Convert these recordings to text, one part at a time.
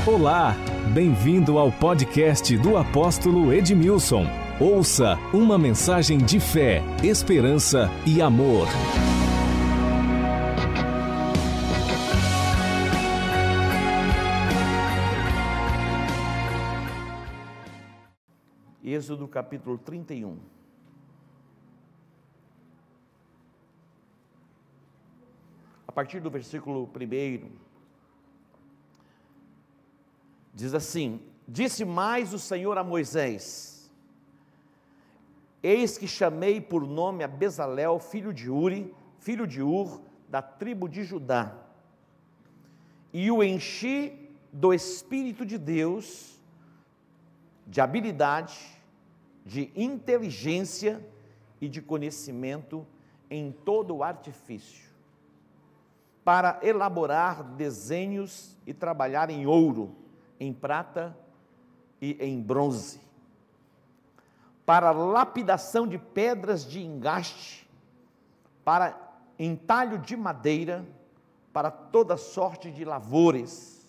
Olá, bem-vindo ao podcast do apóstolo Edmilson. Ouça uma mensagem de fé, esperança e amor. Êxodo capítulo 31. A partir do versículo 1, diz assim: Disse mais o Senhor a Moisés: Eis que chamei por nome a Bezalel, filho de Uri, filho de Ur, da tribo de Judá, e o enchi do Espírito de Deus, de habilidade, de inteligência e de conhecimento em todo o artifício, para elaborar desenhos e trabalhar em ouro, em prata e em bronze, para lapidação de pedras de engaste, para entalho de madeira, para toda sorte de lavores.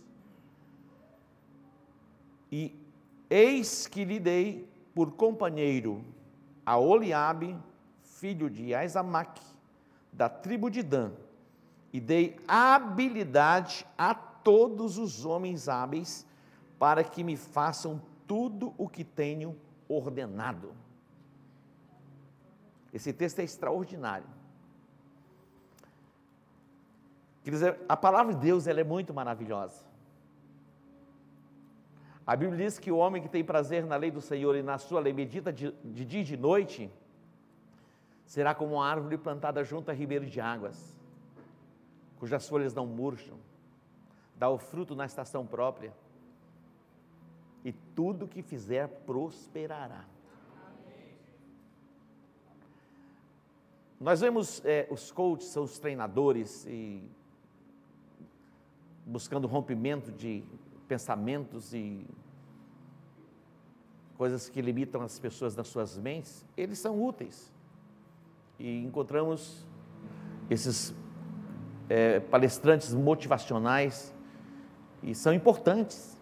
E eis que lhe dei por companheiro a Oliabe, filho de Aizamaque, da tribo de Dan, e dei habilidade a todos os homens hábeis, para que me façam tudo o que tenho ordenado. Esse texto é extraordinário. Quer dizer, a palavra de Deus, ela é muito maravilhosa. A Bíblia diz que o homem que tem prazer na lei do Senhor e na sua lei medita de dia e de noite, será como uma árvore plantada junto a ribeiro de águas, cujas folhas não murcham, dá o fruto na estação própria, e tudo que fizer prosperará. Nós vemos os coaches, são os treinadores, e buscando rompimento de pensamentos e coisas que limitam as pessoas nas suas mentes. Eles são úteis, e encontramos esses palestrantes motivacionais, e são importantes,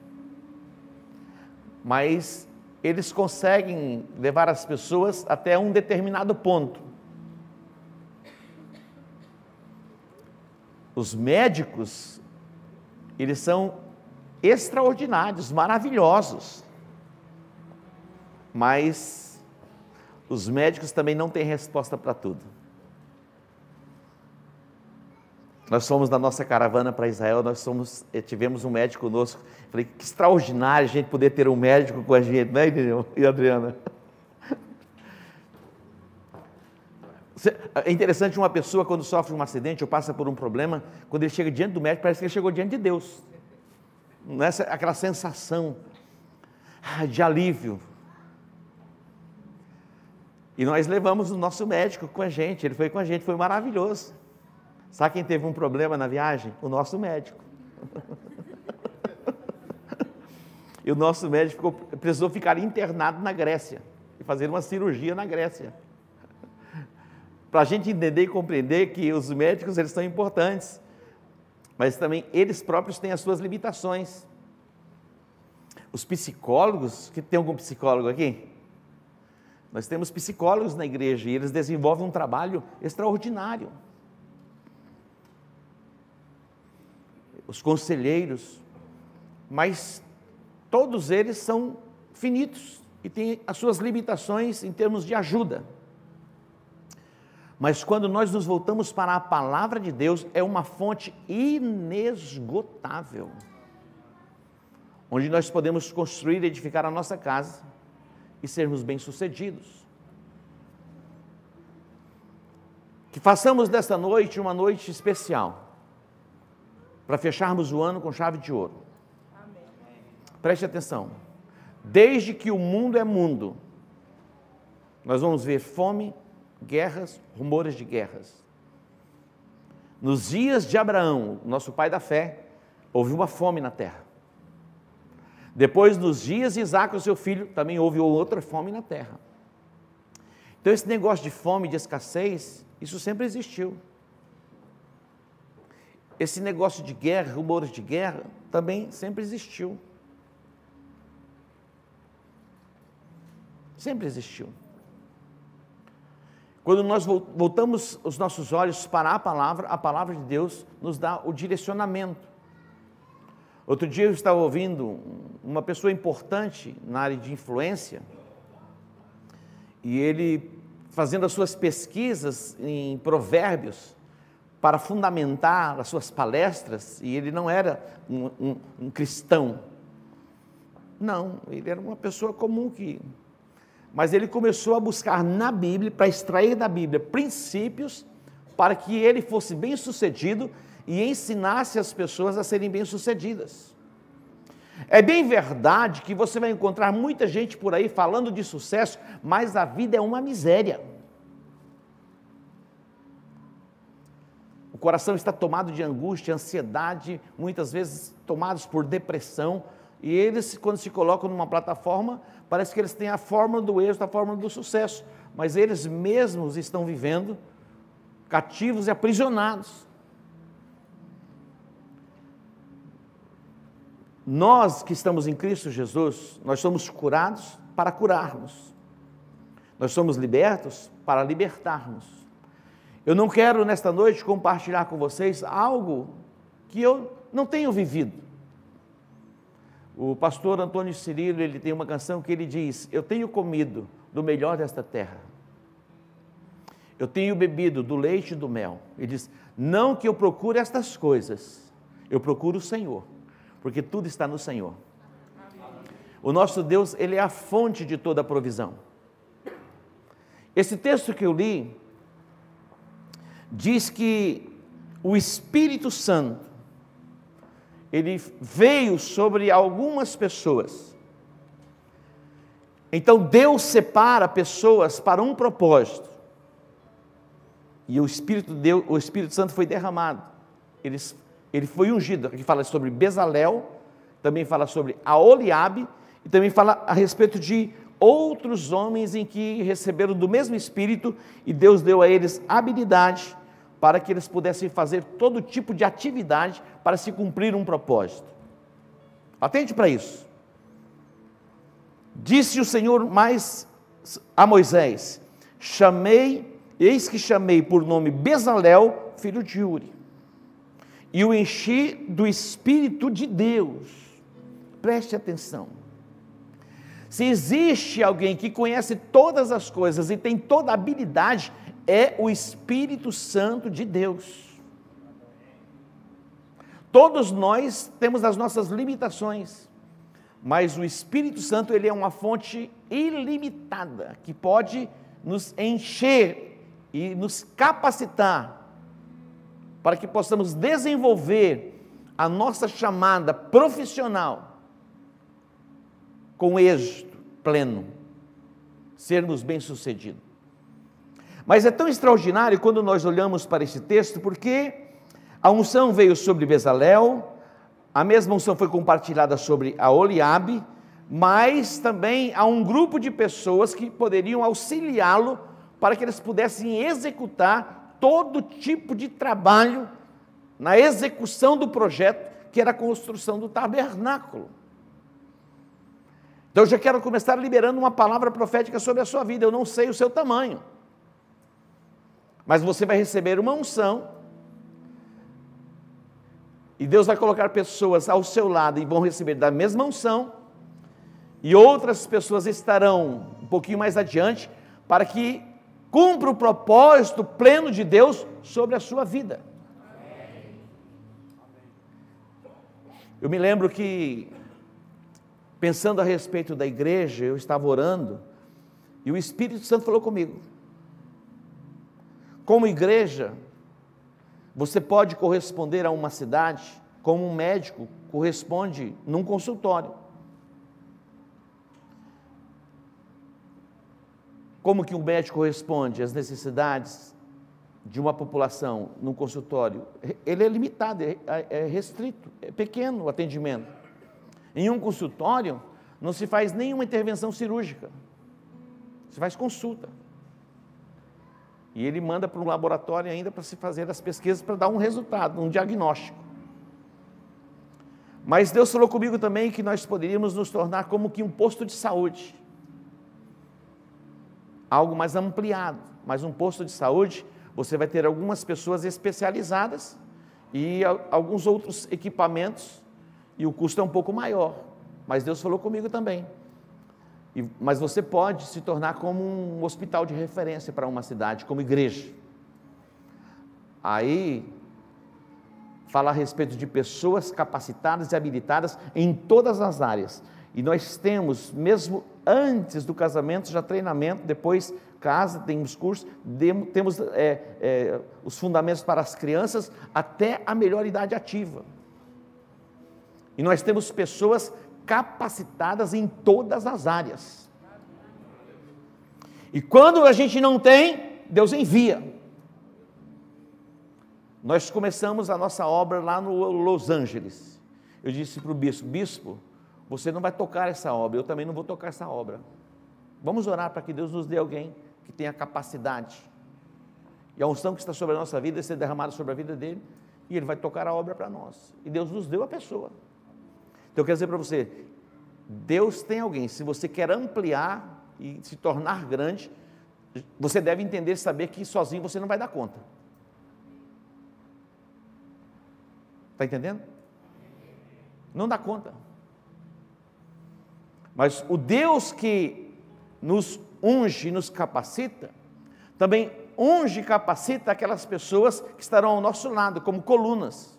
mas eles conseguem levar as pessoas até um determinado ponto. Os médicos, eles são extraordinários, maravilhosos, mas os médicos também não têm resposta para tudo. Nós fomos na nossa caravana para Israel, tivemos um médico conosco. Falei, que extraordinário a gente poder ter um médico com a gente, né, e Adriana? É interessante, uma pessoa quando sofre um acidente ou passa por um problema, quando ele chega diante do médico, parece que ele chegou diante de Deus. Não é aquela sensação de alívio. E nós levamos o nosso médico com a gente, ele foi com a gente, foi maravilhoso. Sabe quem teve um problema na viagem? O nosso médico. E o nosso médico precisou ficar internado na Grécia, e fazer uma cirurgia na Grécia. Para a gente entender e compreender que os médicos, eles são importantes, mas também eles próprios têm as suas limitações. Os psicólogos, que tem algum psicólogo aqui? Nós temos psicólogos na igreja, e eles desenvolvem um trabalho extraordinário. Os conselheiros, mas todos eles são finitos e têm as suas limitações em termos de ajuda. Mas quando nós nos voltamos para a palavra de Deus, é uma fonte inesgotável, onde nós podemos construir e edificar a nossa casa e sermos bem-sucedidos. Que façamos desta noite uma noite especial, para fecharmos o ano com chave de ouro. Amém. Preste atenção. Desde que o mundo é mundo, nós vamos ver fome, guerras, rumores de guerras. Nos dias de Abraão, nosso pai da fé, houve uma fome na terra. Depois, nos dias de Isaac, o seu filho, também houve outra fome na terra. Então, esse negócio de fome, de escassez, isso sempre existiu. esse negócio de guerra, rumores de guerra, também sempre existiu. Sempre existiu. Quando nós voltamos os nossos olhos para a palavra de Deus nos dá o direcionamento. Outro dia eu estava ouvindo uma pessoa importante na área de influência, e ele fazendo as suas pesquisas em provérbios para fundamentar as suas palestras, e ele não era um cristão, não, ele era uma pessoa comum mas ele começou a buscar na Bíblia, para extrair da Bíblia princípios, para que ele fosse bem-sucedido e ensinasse as pessoas a serem bem-sucedidas. É bem verdade que você vai encontrar muita gente por aí falando de sucesso, mas a vida é uma miséria. O coração está tomado de angústia, ansiedade, muitas vezes tomados por depressão, e eles, quando se colocam numa plataforma, parece que eles têm a fórmula do êxito, a fórmula do sucesso, mas eles mesmos estão vivendo cativos e aprisionados. Nós que estamos em Cristo Jesus, nós somos curados para curarmos. Nós somos libertos para libertarmos. Eu não quero nesta noite compartilhar com vocês algo que eu não tenho vivido. O pastor Antônio Cirilo, ele tem uma canção que ele diz: eu tenho comido do melhor desta terra, eu tenho bebido do leite e do mel. Ele diz: não que eu procure estas coisas, eu procuro o Senhor, porque tudo está no Senhor. O nosso Deus, ele é a fonte de toda a provisão. Esse texto que eu li diz que o Espírito Santo, ele veio sobre algumas pessoas. Então Deus separa pessoas para um propósito, e o Espírito Santo foi derramado, ele foi ungido. Aqui fala sobre Bezalel, também fala sobre Aholiabe, e também fala a respeito de outros homens em que receberam do mesmo Espírito, e Deus deu a eles habilidade para que eles pudessem fazer todo tipo de atividade para se cumprir um propósito. Atente para isso. Disse o Senhor mais a Moisés: eis que chamei por nome Bezalel, filho de Uri, e o enchi do Espírito de Deus. Preste atenção. Se existe alguém que conhece todas as coisas e tem toda a habilidade, é o Espírito Santo de Deus. Todos nós temos as nossas limitações, mas o Espírito Santo, ele é uma fonte ilimitada, que pode nos encher e nos capacitar, para que possamos desenvolver a nossa chamada profissional, com êxito pleno, sermos bem-sucedidos. Mas é tão extraordinário quando nós olhamos para esse texto, porque a unção veio sobre Bezalel, a mesma unção foi compartilhada sobre Aholiabe, mas também há um grupo de pessoas que poderiam auxiliá-lo para que eles pudessem executar todo tipo de trabalho na execução do projeto, que era a construção do tabernáculo. Então eu já quero começar liberando uma palavra profética sobre a sua vida. Eu não sei o seu tamanho, mas você vai receber uma unção, e Deus vai colocar pessoas ao seu lado e vão receber da mesma unção, e outras pessoas estarão um pouquinho mais adiante, para que cumpra o propósito pleno de Deus sobre a sua vida. Eu me lembro que, pensando a respeito da igreja, eu estava orando, e o Espírito Santo falou comigo: como igreja, você pode corresponder a uma cidade como um médico corresponde num consultório. Como que um médico corresponde às necessidades de uma população num consultório? Ele é limitado, é restrito, é pequeno o atendimento. Em um consultório não se faz nenhuma intervenção cirúrgica, se faz consulta. E ele manda para um laboratório ainda para se fazer as pesquisas para dar um resultado, um diagnóstico. Mas Deus falou comigo também que nós poderíamos nos tornar como que um posto de saúde. Algo mais ampliado, mas um posto de saúde, você vai ter algumas pessoas especializadas e alguns outros equipamentos, e o custo é um pouco maior. Mas Deus falou comigo também. Mas você pode se tornar como um hospital de referência para uma cidade, como igreja. Aí, fala a respeito de pessoas capacitadas e habilitadas em todas as áreas. E nós temos, mesmo antes do casamento, já treinamento, depois casa, temos cursos, temos os fundamentos para as crianças, até a melhor idade ativa. E nós temos pessoas capacitadas em todas as áreas. E quando a gente não tem, Deus envia. Nós começamos a nossa obra lá no Los Angeles. Eu disse para o bispo: bispo, você não vai tocar essa obra, eu também não vou tocar essa obra. Vamos orar para que Deus nos dê alguém que tenha capacidade. E a unção que está sobre a nossa vida vai ser derramada sobre a vida dele, e ele vai tocar a obra para nós. E Deus nos deu a pessoa. Então eu quero dizer para você, Deus tem alguém. Se você quer ampliar e se tornar grande, você deve entender e saber que sozinho você não vai dar conta. Está entendendo? Não dá conta. Mas o Deus que nos unge e nos capacita, também unge e capacita aquelas pessoas que estarão ao nosso lado, como colunas,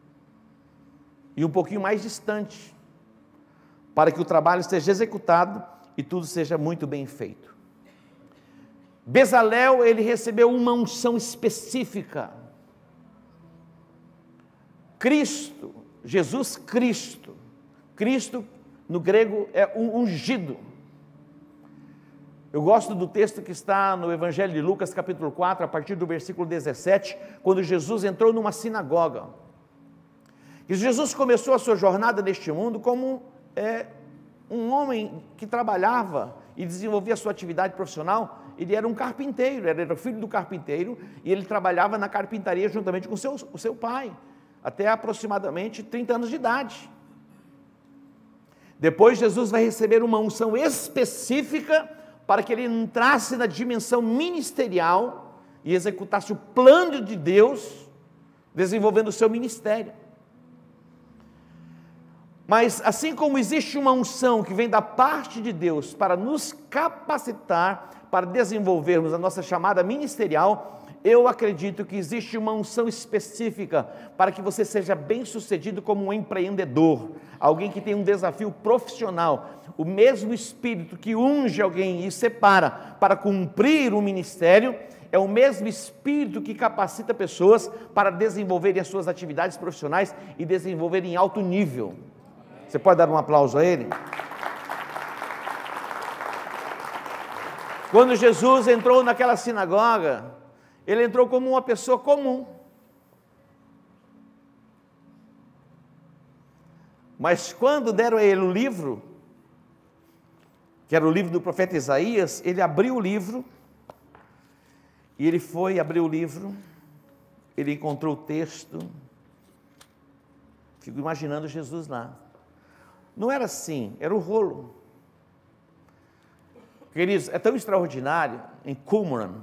e um pouquinho mais distante, para que o trabalho seja executado e tudo seja muito bem feito. Bezalel, ele recebeu uma unção específica. Cristo, Jesus Cristo, Cristo no grego é um ungido. Eu gosto do texto que está no Evangelho de Lucas, capítulo 4, a partir do versículo 17, quando Jesus entrou numa sinagoga. E Jesus começou a sua jornada neste mundo como um homem que trabalhava e desenvolvia a sua atividade profissional. Ele era um carpinteiro, ele era filho do carpinteiro, e ele trabalhava na carpintaria juntamente com o seu pai, até aproximadamente 30 anos de idade. Depois Jesus vai receber uma unção específica para que ele entrasse na dimensão ministerial e executasse o plano de Deus, desenvolvendo o seu ministério. Mas assim como existe uma unção que vem da parte de Deus para nos capacitar, para desenvolvermos a nossa chamada ministerial, eu acredito que existe uma unção específica para que você seja bem-sucedido como um empreendedor, alguém que tem um desafio profissional. O mesmo Espírito que unge alguém e separa para cumprir o ministério, é o mesmo Espírito que capacita pessoas para desenvolverem as suas atividades profissionais e desenvolverem em alto nível. Você pode dar um aplauso a ele? Quando Jesus entrou naquela sinagoga, ele entrou como uma pessoa comum. Mas quando deram a ele o livro, que era o livro do profeta Isaías, ele abriu o livro, e ele foi abrir o livro, ele encontrou o texto. Fico imaginando Jesus lá. Não era assim, era o rolo. Queridos, é tão extraordinário, em Qumran,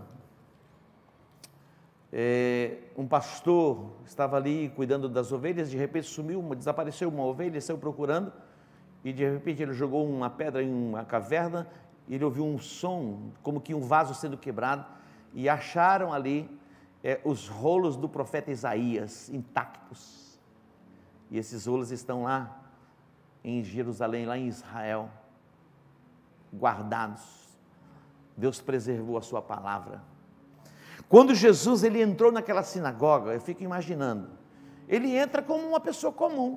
um pastor estava ali cuidando das ovelhas, de repente desapareceu uma ovelha, ele saiu procurando, e de repente ele jogou uma pedra em uma caverna, e ele ouviu um som, como que um vaso sendo quebrado, e acharam ali os rolos do profeta Isaías, intactos, e esses rolos estão lá, em Jerusalém, lá em Israel, guardados. Deus preservou a sua palavra. Quando Jesus ele entrou naquela sinagoga, eu fico imaginando, ele entra como uma pessoa comum,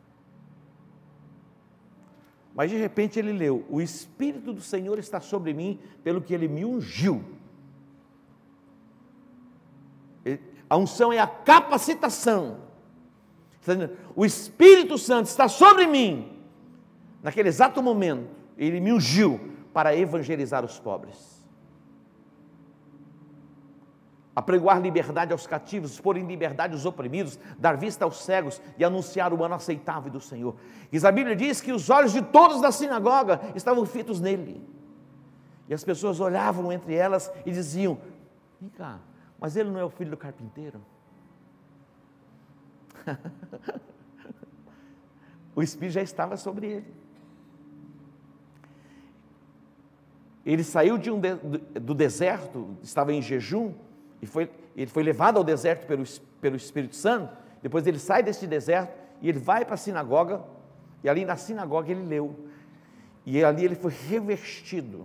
mas de repente ele leu: o Espírito do Senhor está sobre mim, pelo que ele me ungiu. A unção é a capacitação. O Espírito Santo está sobre mim. Naquele exato momento, ele me ungiu para evangelizar os pobres. apregoar liberdade aos cativos, expor em liberdade os oprimidos, dar vista aos cegos e anunciar o ano aceitável do Senhor. E a Bíblia diz que os olhos de todos da sinagoga estavam fitos nele. E as pessoas olhavam entre elas e diziam: vem cá, mas ele não é o filho do carpinteiro? O Espírito já estava sobre ele. Ele saiu do deserto, estava em jejum, ele foi levado ao deserto pelo Espírito Santo. Depois ele sai desse deserto e ele vai para a sinagoga, e ali na sinagoga ele leu, e ali ele foi revestido,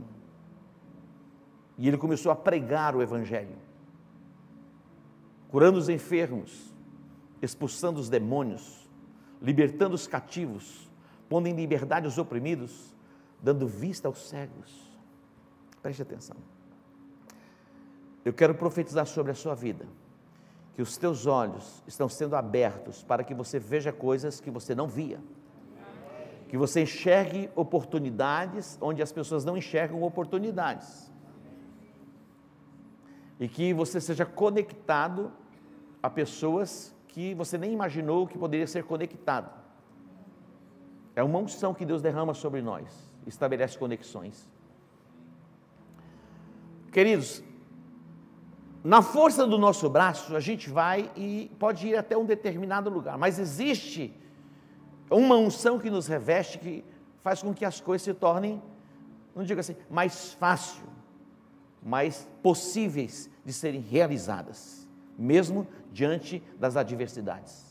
e ele começou a pregar o Evangelho, curando os enfermos, expulsando os demônios, libertando os cativos, pondo em liberdade os oprimidos, dando vista aos cegos. Preste atenção. Eu quero profetizar sobre a sua vida, que os teus olhos estão sendo abertos para que você veja coisas que você não via, que você enxergue oportunidades onde as pessoas não enxergam oportunidades, e que você seja conectado a pessoas que você nem imaginou que poderia ser conectado. É uma unção que Deus derrama sobre nós, estabelece conexões. Queridos, na força do nosso braço, a gente vai e pode ir até um determinado lugar, mas existe uma unção que nos reveste, que faz com que as coisas se tornem, não digo assim, mais fácil, mais possíveis de serem realizadas, mesmo diante das adversidades.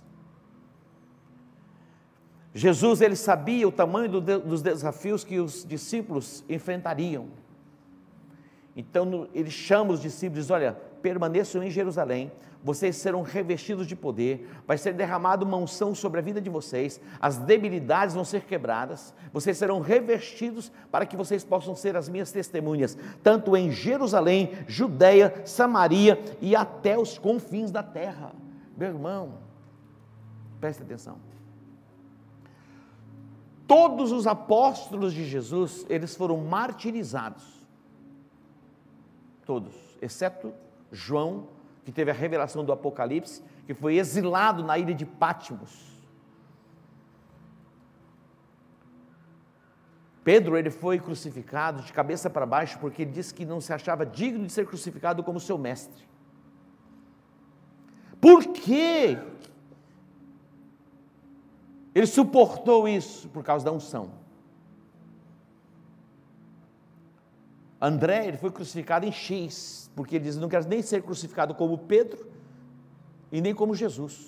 Jesus, ele sabia o tamanho dos desafios que os discípulos enfrentariam. Então ele chama os discípulos e diz: olha, permaneçam em Jerusalém, vocês serão revestidos de poder, vai ser derramada uma unção sobre a vida de vocês, as debilidades vão ser quebradas, vocês serão revestidos para que vocês possam ser as minhas testemunhas, tanto em Jerusalém, Judeia, Samaria e até os confins da terra. Meu irmão, preste atenção. Todos os apóstolos de Jesus, eles foram martirizados. Todos, exceto João, que teve a revelação do Apocalipse, que foi exilado na ilha de Patmos. Pedro, ele foi crucificado de cabeça para baixo, porque ele disse que não se achava digno de ser crucificado como seu mestre. Por quê? Ele suportou isso por causa da unção. André, ele foi crucificado em X, porque ele diz: não quero nem ser crucificado como Pedro e nem como Jesus.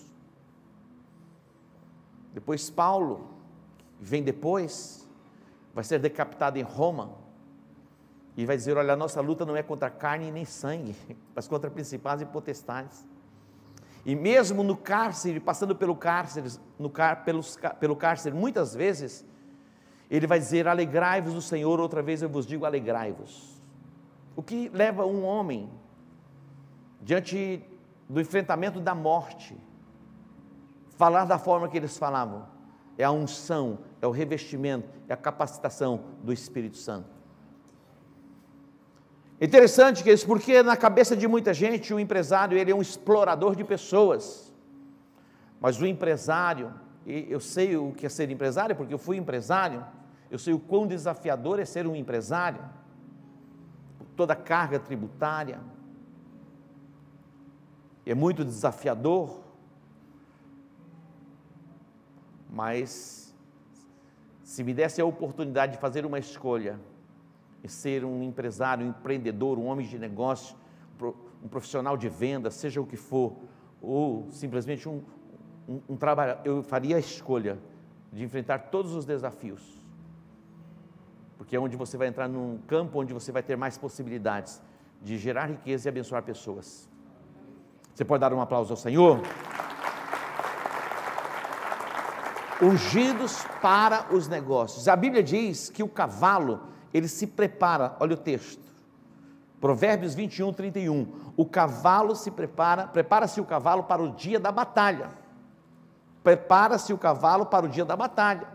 Depois Paulo, que vem depois, vai ser decapitado em Roma, e vai dizer: olha, a nossa luta não é contra carne nem sangue, mas contra principados e potestades. E mesmo no cárcere, passando pelo cárcere, pelo cárcere, muitas vezes, ele vai dizer: alegrai-vos do Senhor, outra vez eu vos digo, alegrai-vos. O que leva um homem, diante do enfrentamento da morte, falar da forma que eles falavam? É a unção, é o revestimento, é a capacitação do Espírito Santo. Interessante que isso, porque na cabeça de muita gente, o empresário, ele é um explorador de pessoas, mas o empresário, eu sei o que é ser empresário, porque eu fui empresário, eu sei o quão desafiador é ser um empresário, toda a carga tributária, é muito desafiador, mas se me desse a oportunidade de fazer uma escolha, e ser um empresário, um empreendedor, um homem de negócio, um profissional de venda, seja o que for, ou simplesmente um trabalho, eu faria a escolha de enfrentar todos os desafios, porque é onde você vai entrar num campo onde você vai ter mais possibilidades de gerar riqueza e abençoar pessoas. Você pode dar um aplauso ao Senhor? Ungidos para os negócios. A Bíblia diz que o cavalo, ele se prepara, olha o texto, Provérbios 21, 31, o cavalo se prepara-se o cavalo para o dia da batalha, prepara-se o cavalo para o dia da batalha,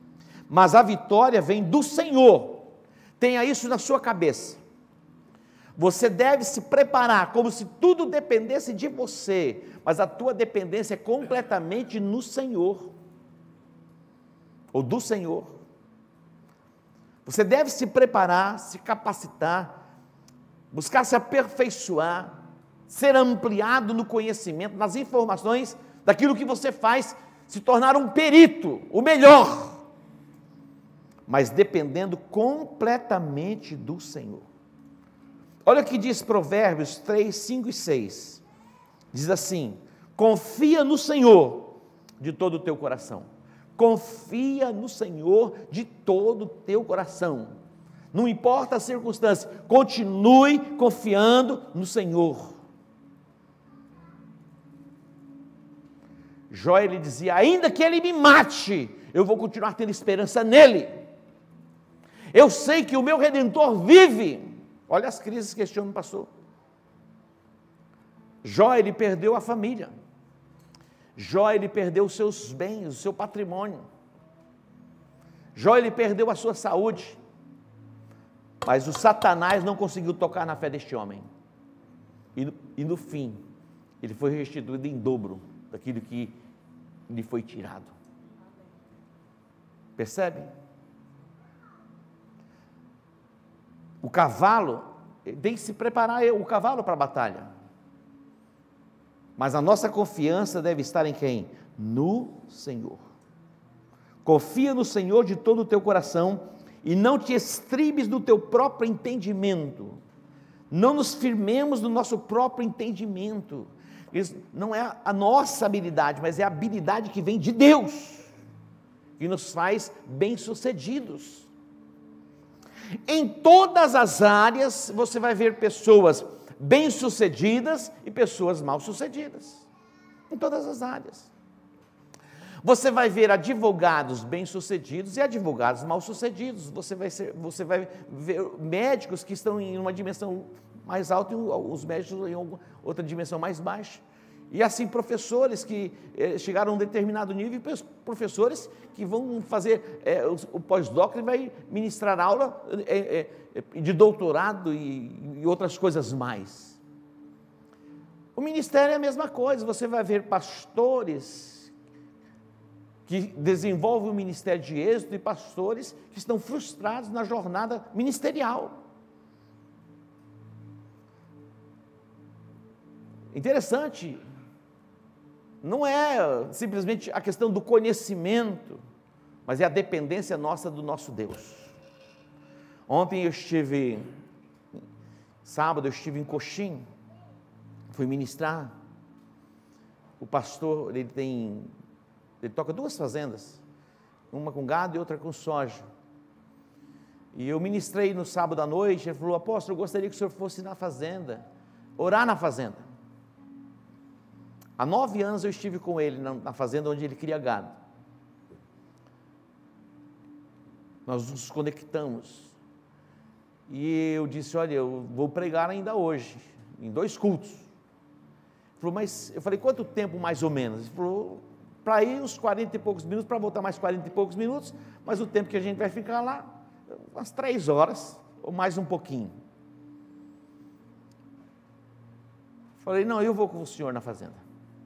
mas a vitória vem do Senhor. Tenha isso na sua cabeça. Você deve se preparar como se tudo dependesse de você, mas a tua dependência é completamente no Senhor, ou do Senhor. Você deve se preparar, se capacitar, buscar se aperfeiçoar, ser ampliado no conhecimento, nas informações daquilo que você faz, se tornar um perito, o melhor, mas dependendo completamente do Senhor. Olha o que diz Provérbios 3, 5 e 6, diz assim: confia no Senhor de todo o teu coração, confia no Senhor de todo o teu coração, não importa a circunstância, continue confiando no Senhor. Jó, ele dizia: ainda que ele me mate, eu vou continuar tendo esperança nele, eu sei que o meu Redentor vive. Olha as crises que este homem passou. Jó, ele perdeu a família, Jó, ele perdeu os seus bens, o seu patrimônio, Jó, ele perdeu a sua saúde, mas o Satanás não conseguiu tocar na fé deste homem, e no fim, ele foi restituído em dobro daquilo que lhe foi tirado. Percebe? O cavalo tem que se preparar, o cavalo para a batalha, mas a nossa confiança deve estar em quem? No Senhor. Confia no Senhor de todo o teu coração e não te estribes do teu próprio entendimento. Não nos firmemos no nosso próprio entendimento. Isso não é a nossa habilidade, mas é a habilidade que vem de Deus, que nos faz bem-sucedidos. Em todas as áreas você vai ver pessoas bem-sucedidas e pessoas mal-sucedidas, em todas as áreas. Você vai ver advogados bem-sucedidos e advogados mal-sucedidos, você vai ver médicos que estão em uma dimensão mais alta e os médicos em outra dimensão mais baixa, e assim professores que chegaram a um determinado nível, e professores que vão fazer o pós-doc e vai ministrar aula de doutorado e outras coisas mais. O ministério é a mesma coisa, você vai ver pastores que desenvolvem um ministério de êxito e pastores que estão frustrados na jornada ministerial. Interessante, não é simplesmente a questão do conhecimento, mas é a dependência nossa do nosso Deus. Ontem sábado eu estive em Coxim, fui ministrar. O pastor, ele toca 2 fazendas, uma com gado e outra com soja. E eu ministrei no sábado à noite, ele falou: apóstolo, eu gostaria que o senhor fosse na fazenda, orar na fazenda. Há 9 anos eu estive com ele na fazenda onde ele cria gado. Nós nos conectamos. E eu disse: olha, eu vou pregar ainda hoje, em 2 cultos. Ele falou: mas, eu falei, quanto tempo mais ou menos? Ele falou: para ir uns 40 e poucos minutos, para voltar mais 40 e poucos minutos, mas o tempo que a gente vai ficar lá, umas 3 horas, ou mais um pouquinho. Falei: não, eu vou com o senhor na fazenda.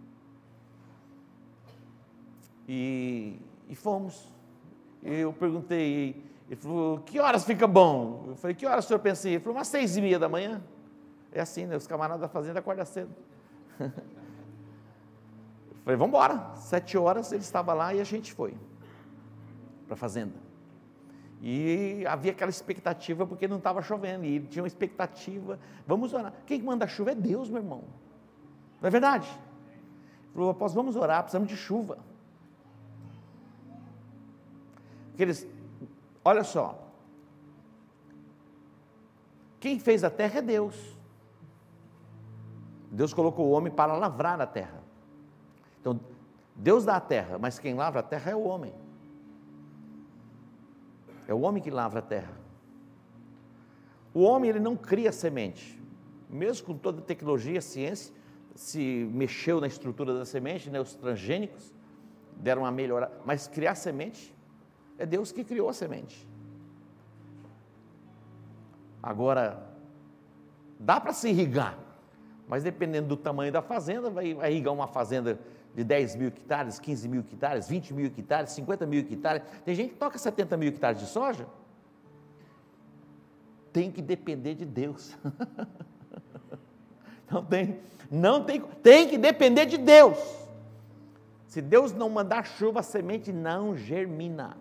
E fomos. Eu perguntei, ele falou: que horas fica bom? Eu falei: que horas o senhor pensa em ir? Ele falou: umas 6:30 da manhã. É assim, né? Os camaradas da fazenda acordam cedo. Eu falei: vamos embora. 7 horas ele estava lá e a gente foi para a fazenda. E havia aquela expectativa, porque não estava chovendo, e ele tinha uma expectativa: vamos orar. Quem manda a chuva é Deus, meu irmão. Não é verdade? Ele falou: apóstolo, vamos orar, precisamos de chuva. Olha só, quem fez a terra é Deus. Deus colocou o homem para lavrar a terra. Então, Deus dá a terra, mas quem lavra a terra é o homem. É o homem que lavra a terra. O homem, ele não cria semente. Mesmo com toda a tecnologia, a ciência se mexeu na estrutura da semente, né? Os transgênicos deram uma melhorada, mas criar semente é Deus que criou a semente. Agora, Dá para se irrigar, mas dependendo do tamanho da fazenda, vai irrigar uma fazenda de 10 mil hectares, 15 mil hectares, 20 mil hectares, 50 mil hectares. Tem gente que toca 70 mil hectares de soja. Tem que depender de Deus. Tem que depender de Deus. Se Deus não mandar chuva, a semente não germina.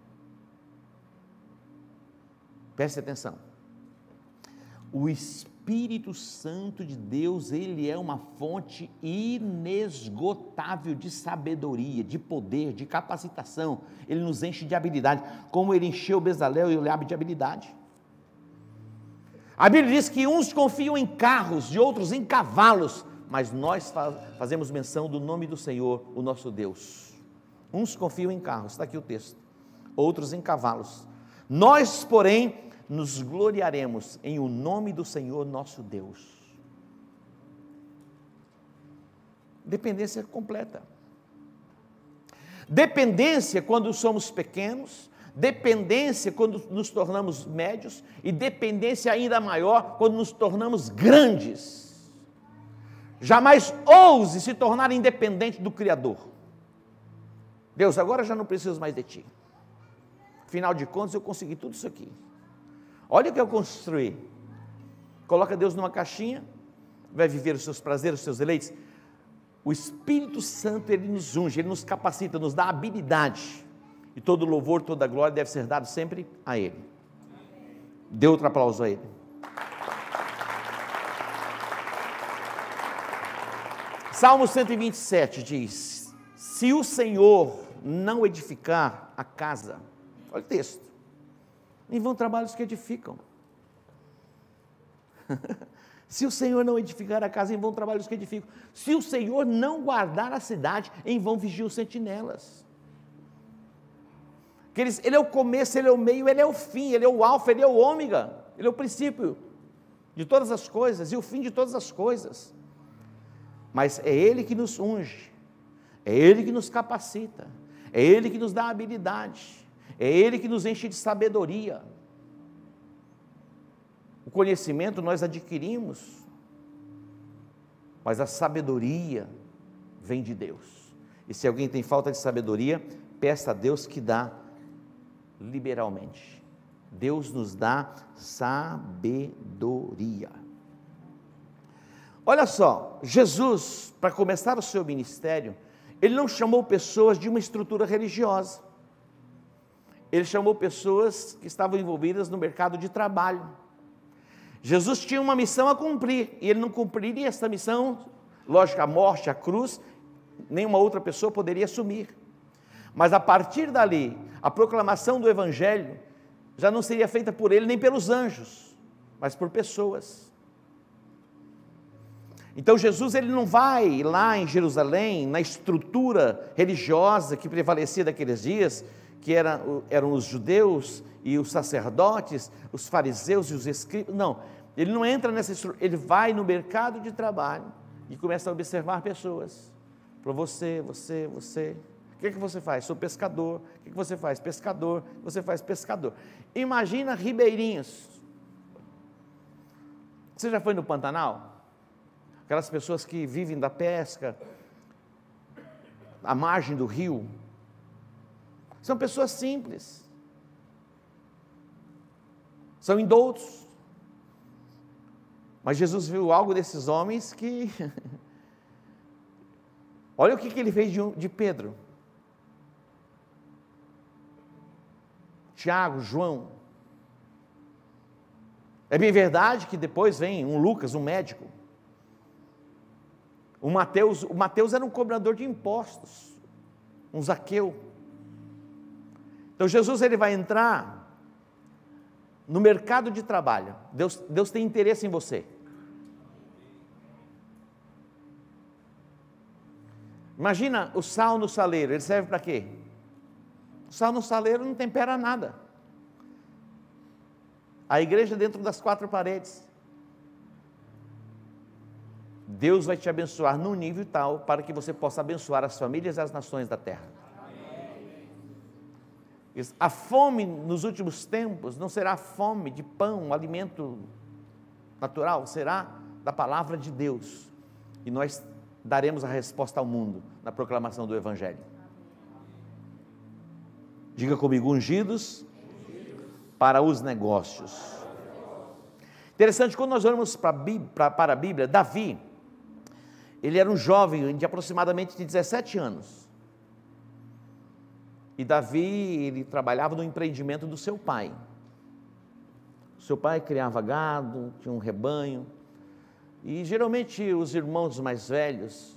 Preste atenção. O Espírito Santo de Deus, ele é uma fonte inesgotável de sabedoria, de poder, de capacitação. Ele nos enche de habilidade, como ele encheu Bezalel e Eliabe de habilidade. A Bíblia diz que uns confiam em carros e outros em cavalos, mas nós fazemos menção do nome do Senhor, o nosso Deus. Uns confiam em carros, está aqui o texto, outros em cavalos. Nós, porém, nos gloriaremos em o nome do Senhor nosso Deus. Dependência completa. Dependência quando somos pequenos, dependência quando nos tornamos médios, e dependência ainda maior quando nos tornamos grandes. Jamais ouse se tornar independente do Criador. Deus, agora já não preciso mais de Ti. Afinal de contas, eu consegui tudo isso aqui. Olha o que eu construí. Coloca Deus numa caixinha, vai viver os seus prazeres, os seus deleites. O Espírito Santo, ele nos unge, ele nos capacita, nos dá habilidade. E todo louvor, toda glória deve ser dado sempre a Ele. Dê outro aplauso a Ele. Salmo 127 diz: se o Senhor não edificar a casa, olha o texto, em vão trabalhos que edificam. Se o Senhor não edificar a casa, em vão trabalhos que edificam. Se o Senhor não guardar a cidade, em vão vigiam os sentinelas. Ele é o começo, ele é o meio, ele é o fim, ele é o alfa, ele é o ômega, ele é o princípio de todas as coisas e o fim de todas as coisas. Mas é Ele que nos unge, é Ele que nos capacita, é Ele que nos dá habilidade, é Ele que nos enche de sabedoria. O conhecimento nós adquirimos, mas a sabedoria vem de Deus. E se alguém tem falta de sabedoria, peça a Deus que dá liberalmente. Deus nos dá sabedoria. Olha só, Jesus, para começar o seu ministério, Ele não chamou pessoas de uma estrutura religiosa. Ele chamou pessoas que estavam envolvidas no mercado de trabalho. Jesus tinha uma missão a cumprir, e Ele não cumpriria essa missão, lógico, a morte, a cruz, nenhuma outra pessoa poderia assumir. Mas a partir dali, a proclamação do Evangelho já não seria feita por Ele nem pelos anjos, mas por pessoas. Então Jesus, ele não vai lá em Jerusalém, na estrutura religiosa que prevalecia daqueles dias, que eram os judeus e os sacerdotes, os fariseus e os escribas. Não, ele não entra nessa estrutura, ele vai no mercado de trabalho e começa a observar pessoas. Para você. O que você faz? Sou pescador. O que você faz? Pescador. Você faz pescador. Imagina ribeirinhos. Você já foi no Pantanal? Aquelas pessoas que vivem da pesca, à margem do rio. São pessoas simples. São indoutos. Mas Jesus viu algo desses homens que... Olha o que ele fez de Pedro, Tiago, João. É bem verdade que depois vem um Lucas, um médico. O Mateus era um cobrador de impostos, um Zaqueu. Então Jesus, ele vai entrar no mercado de trabalho. Deus tem interesse em você. Imagina o sal no saleiro, ele serve para quê? O sal no saleiro não tempera nada. A igreja dentro das quatro paredes. Deus vai te abençoar num nível tal para que você possa abençoar as famílias e as nações da terra. A fome nos últimos tempos não será fome de pão, alimento natural será da palavra de Deus. E nós daremos a resposta ao mundo na proclamação do Evangelho. Diga comigo, ungidos para os negócios. Interessante, quando nós olhamos para a Bíblia, Davi, ele era um jovem de aproximadamente 17 anos. E Davi, ele trabalhava no empreendimento do seu pai. Seu pai criava gado, tinha um rebanho. E geralmente os irmãos mais velhos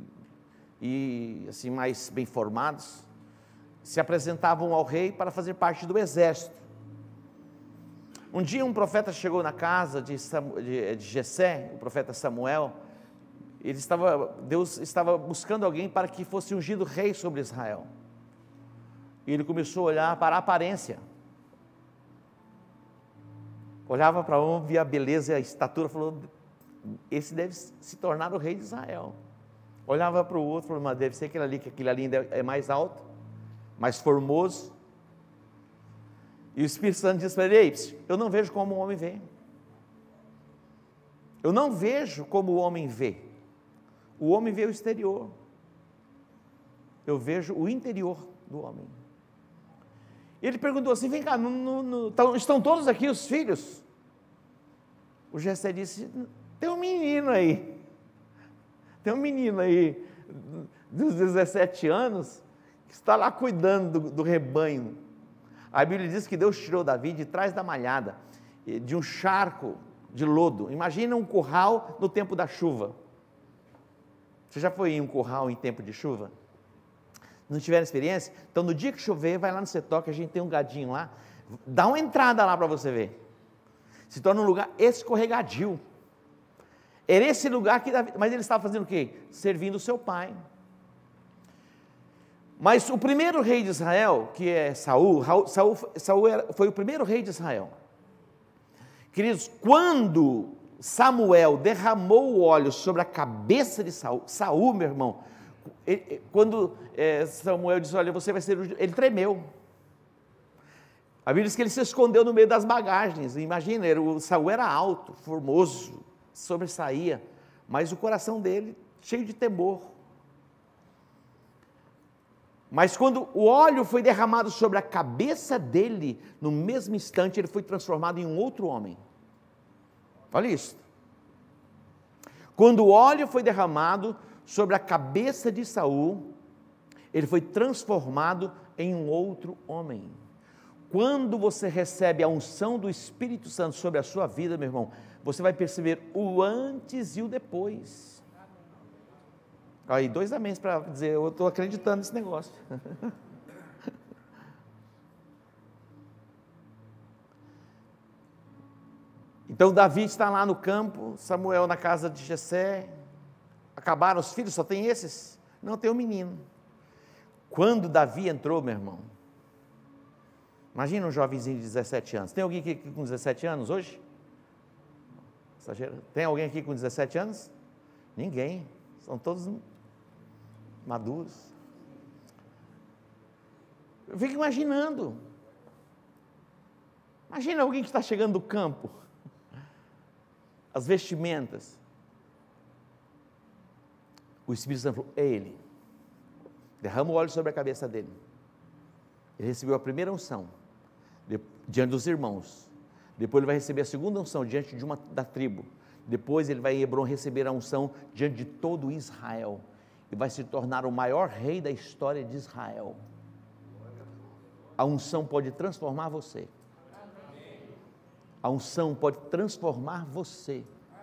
e assim mais bem formados se apresentavam ao rei para fazer parte do exército. Um dia um profeta chegou na casa de Jessé, o profeta Samuel. Deus estava buscando alguém para que fosse ungido rei sobre Israel. E ele começou a olhar para a aparência. Olhava para um, via a beleza e a estatura, falou: esse deve se tornar o rei de Israel. Olhava para o outro, falou: mas deve ser aquele ali, que aquele ali ainda é mais alto, mais formoso. E o Espírito Santo disse para ele: ei, eu não vejo como o homem vê. Eu não vejo como o homem vê. O homem vê o exterior. Eu vejo o interior do homem. Ele perguntou assim: vem cá, estão todos aqui os filhos? O Jessé disse: tem um menino aí dos 17 anos, que está lá cuidando do rebanho. A Bíblia diz que Deus tirou Davi de trás da malhada, de um charco de lodo. Imagina um curral no tempo da chuva. Você já foi em um curral em tempo de chuva? Não tiveram experiência? Então no dia que chover, vai lá no setor, que a gente tem um gadinho lá, dá uma entrada lá para você ver. Se torna um lugar escorregadio. Era esse lugar que Davi, mas ele estava fazendo o quê? Servindo o seu pai. Mas o primeiro rei de Israel, que é Saul foi o primeiro rei de Israel. Queridos, quando Samuel derramou o óleo sobre a cabeça de Saul, meu irmão, quando Samuel disse: olha, você vai ser ungido, ele tremeu. A Bíblia diz que ele se escondeu no meio das bagagens. Imagina, Saul era alto, formoso, sobressaía, mas o coração dele cheio de temor. Mas quando o óleo foi derramado sobre a cabeça dele, no mesmo instante ele foi transformado em um outro homem. Olha isso. Quando o óleo foi derramado sobre a cabeça de Saul, ele foi transformado em um outro homem. Quando você recebe a unção do Espírito Santo sobre a sua vida, meu irmão, você vai perceber o antes e o depois. Aí, 2 améns para dizer: eu estou acreditando nesse negócio. Então Davi está lá no campo, Samuel na casa de Jessé. Acabaram os filhos, só tem esses? Não, tem um menino. Quando Davi entrou, meu irmão, imagina um jovenzinho de 17 anos. Tem alguém aqui com 17 anos hoje? Tem alguém aqui com 17 anos? Ninguém, são todos maduros. Eu fico imaginando. Imagina alguém que está chegando do campo, as vestimentas. O Espírito Santo falou: é ele. Derrama o óleo sobre a cabeça dele. Ele recebeu a primeira unção diante dos irmãos. Depois ele vai receber a segunda unção diante de da tribo. Depois ele vai em Hebron receber a unção diante de todo Israel. E vai se tornar o maior rei da história de Israel. A unção pode transformar você. A unção pode transformar você.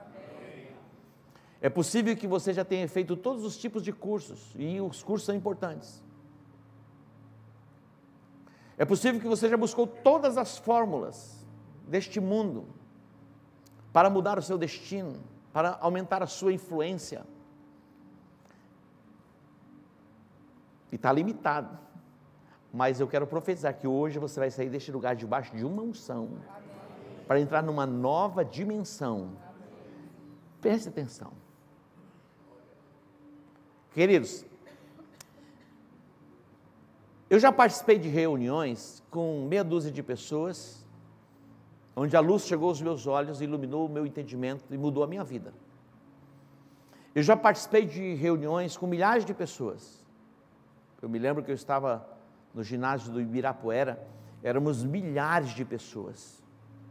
É possível que você já tenha feito todos os tipos de cursos, e os cursos são importantes. É possível que você já buscou todas as fórmulas deste mundo para mudar o seu destino, para aumentar a sua influência. E está limitado. Mas eu quero profetizar que hoje você vai sair deste lugar debaixo de uma unção, para entrar numa nova dimensão. Preste atenção. Queridos, eu já participei de reuniões com meia dúzia de pessoas, onde a luz chegou aos meus olhos, iluminou o meu entendimento e mudou a minha vida. Eu já participei de reuniões com milhares de pessoas. Eu me lembro que eu estava no ginásio do Ibirapuera, éramos milhares de pessoas.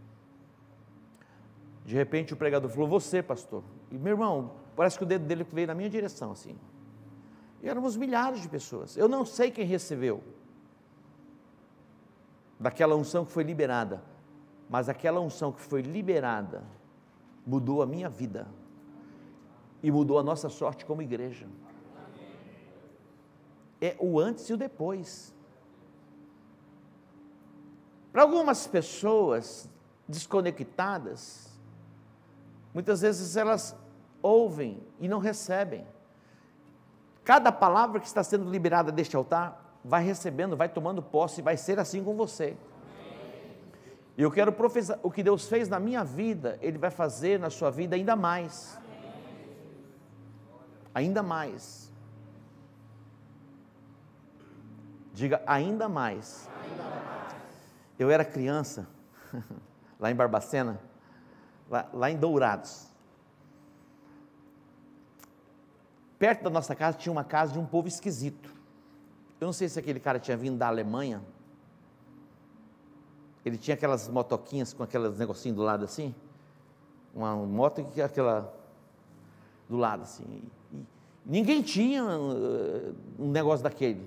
De repente o pregador falou: você, pastor. E meu irmão, parece que o dedo dele veio na minha direção assim. E éramos milhares de pessoas. Eu não sei quem recebeu daquela unção que foi liberada, mas aquela unção que foi liberada mudou a minha vida e mudou a nossa sorte como igreja. É o antes e o depois. Para algumas pessoas desconectadas, muitas vezes elas ouvem e não recebem. Cada palavra que está sendo liberada deste altar, vai recebendo, vai tomando posse, e vai ser assim com você. E eu quero profetizar, o que Deus fez na minha vida, Ele vai fazer na sua vida ainda mais. Ainda mais. Diga, ainda mais. Eu era criança, lá em Barbacena, lá em Dourados. Perto da nossa casa tinha uma casa de um povo esquisito. Eu não sei se aquele cara tinha vindo da Alemanha. Ele tinha aquelas motoquinhas com aqueles negocinhos do lado assim. Uma moto e aquela do lado assim. E ninguém tinha um negócio daquele.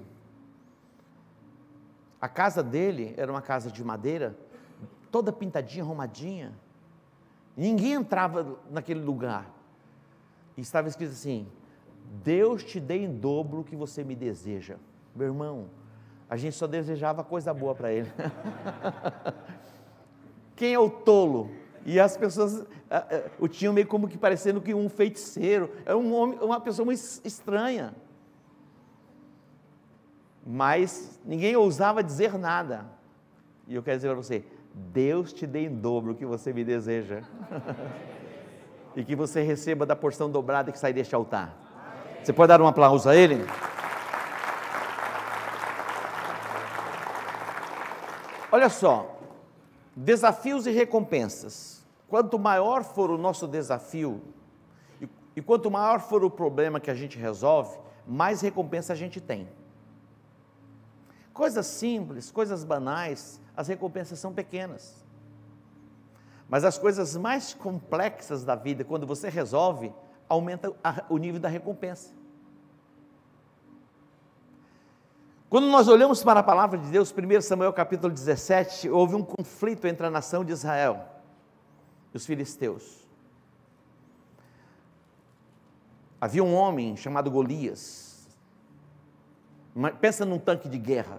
A casa dele era uma casa de madeira, toda pintadinha, arrumadinha. Ninguém entrava naquele lugar. E estava escrito assim: Deus te dê em dobro o que você me deseja. Meu irmão, a gente só desejava coisa boa para ele. Quem é o tolo? E as pessoas o tinham meio como que parecendo que um feiticeiro, é um homem, uma pessoa muito estranha. Mas ninguém ousava dizer nada. E eu quero dizer para você: Deus te dê em dobro o que você me deseja. E que você receba da porção dobrada que sai deste altar. Você pode dar um aplauso a Ele? Olha só, desafios e recompensas. Quanto maior for o nosso desafio, e quanto maior for o problema que a gente resolve, mais recompensa a gente tem. Coisas simples, coisas banais, as recompensas são pequenas. Mas as coisas mais complexas da vida, quando você resolve, aumenta o nível da recompensa. Quando nós olhamos para a palavra de Deus, 1 Samuel capítulo 17, houve um conflito entre a nação de Israel e os filisteus. Havia um homem chamado Golias. Pensa num tanque de guerra.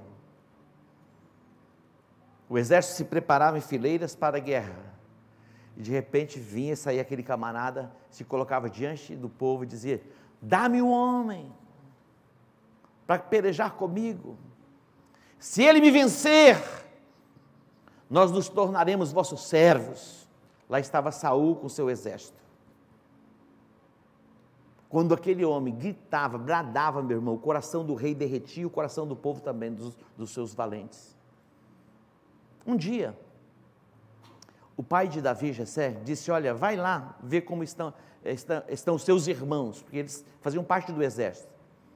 O exército se preparava em fileiras para a guerra. E de repente vinha e saía aquele camarada, se colocava diante do povo e dizia: dá-me um homem para pelejar comigo. Se ele me vencer, nós nos tornaremos vossos servos. Lá estava Saul com seu exército. Quando aquele homem gritava, bradava, meu irmão, o coração do rei derretia, o coração do povo também, dos seus valentes. Um dia, o pai de Davi, Jessé, disse: olha, vai lá ver como estão os seus irmãos, porque eles faziam parte do exército.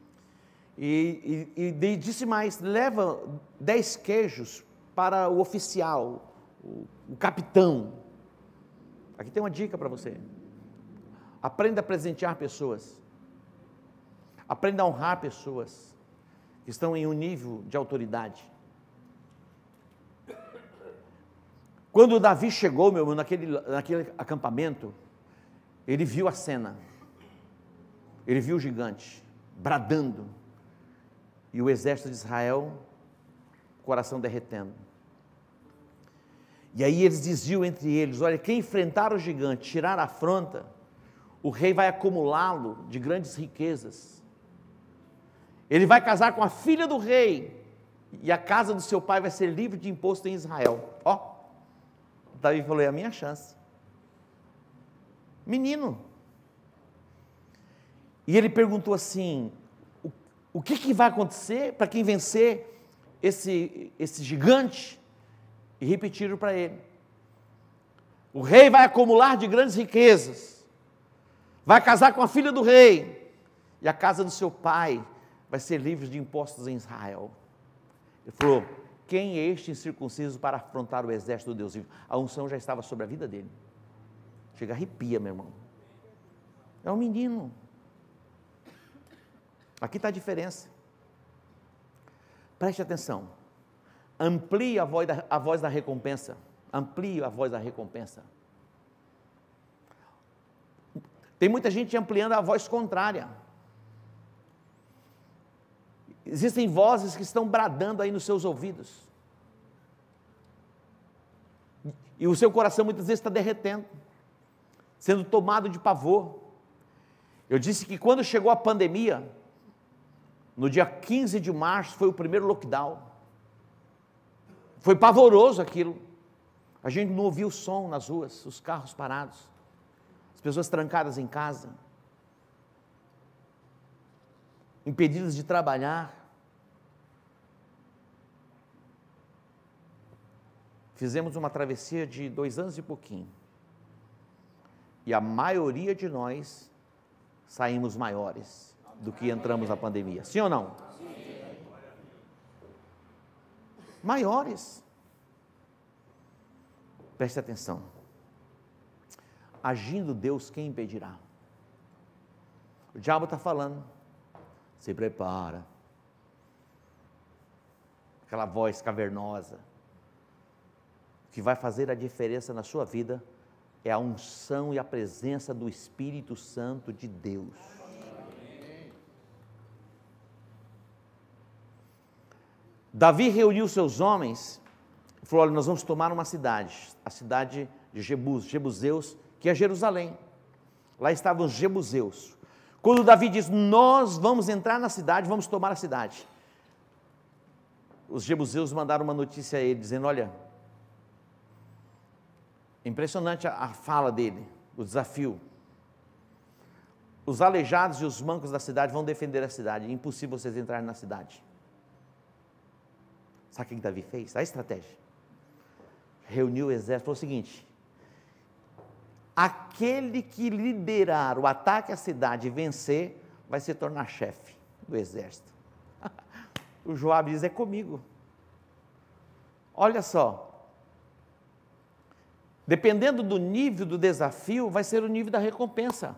E disse mais: leva 10 queijos para o oficial, o capitão. Aqui tem uma dica para você: aprenda a presentear pessoas, aprenda a honrar pessoas que estão em um nível de autoridade. Quando Davi chegou, meu irmão, naquele acampamento, ele viu a cena, ele viu o gigante bradando, e o exército de Israel, coração derretendo. E aí eles diziam entre eles: olha, quem enfrentar o gigante, tirar a afronta, o rei vai acumulá-lo de grandes riquezas. Ele vai casar com a filha do rei, e a casa do seu pai vai ser livre de imposto em Israel. Ó, Davi falou: é a minha chance. Menino. E ele perguntou assim: o que vai acontecer para quem vencer esse gigante? E repetiram para ele. O rei vai acumular de grandes riquezas, vai casar com a filha do rei, e a casa do seu pai vai ser livre de impostos em Israel. Ele falou: quem é este incircunciso para afrontar o exército do Deus vivo? A unção já estava sobre a vida dele. Chega, arrepia, meu irmão. É um menino. Aqui está a diferença. Preste atenção. Amplie a voz da recompensa. Amplie a voz da recompensa. Tem muita gente ampliando a voz contrária. Existem vozes que estão bradando aí nos seus ouvidos. E o seu coração muitas vezes está derretendo, sendo tomado de pavor. Eu disse que quando chegou a pandemia, no dia 15 de março, foi o primeiro lockdown. Foi pavoroso aquilo. A gente não ouvia o som nas ruas, os carros parados, as pessoas trancadas em casa, impedidas de trabalhar. Fizemos uma travessia de 2 anos e pouquinho. E a maioria de nós saímos maiores do que entramos na pandemia. Sim ou não? Sim. Maiores. Preste atenção. Agindo Deus, quem impedirá? O diabo está falando. Se prepara. Aquela voz cavernosa. O que vai fazer a diferença na sua vida é a unção e a presença do Espírito Santo de Deus. Davi reuniu seus homens e falou: olha, nós vamos tomar uma cidade, a cidade de Jebuseus, que é Jerusalém. Lá estavam os Jebuseus. Quando Davi diz: nós vamos entrar na cidade, vamos tomar a cidade, os Jebuseus mandaram uma notícia a ele, dizendo: olha, impressionante a fala dele, o desafio. Os aleijados e os mancos da cidade vão defender a cidade, é impossível vocês entrarem na cidade. Sabe o que Davi fez? A estratégia. Reuniu o exército, falou o seguinte: aquele que liderar o ataque à cidade e vencer, vai se tornar chefe do exército. O Joabe diz: é comigo. Olha só, dependendo do nível do desafio, vai ser o nível da recompensa.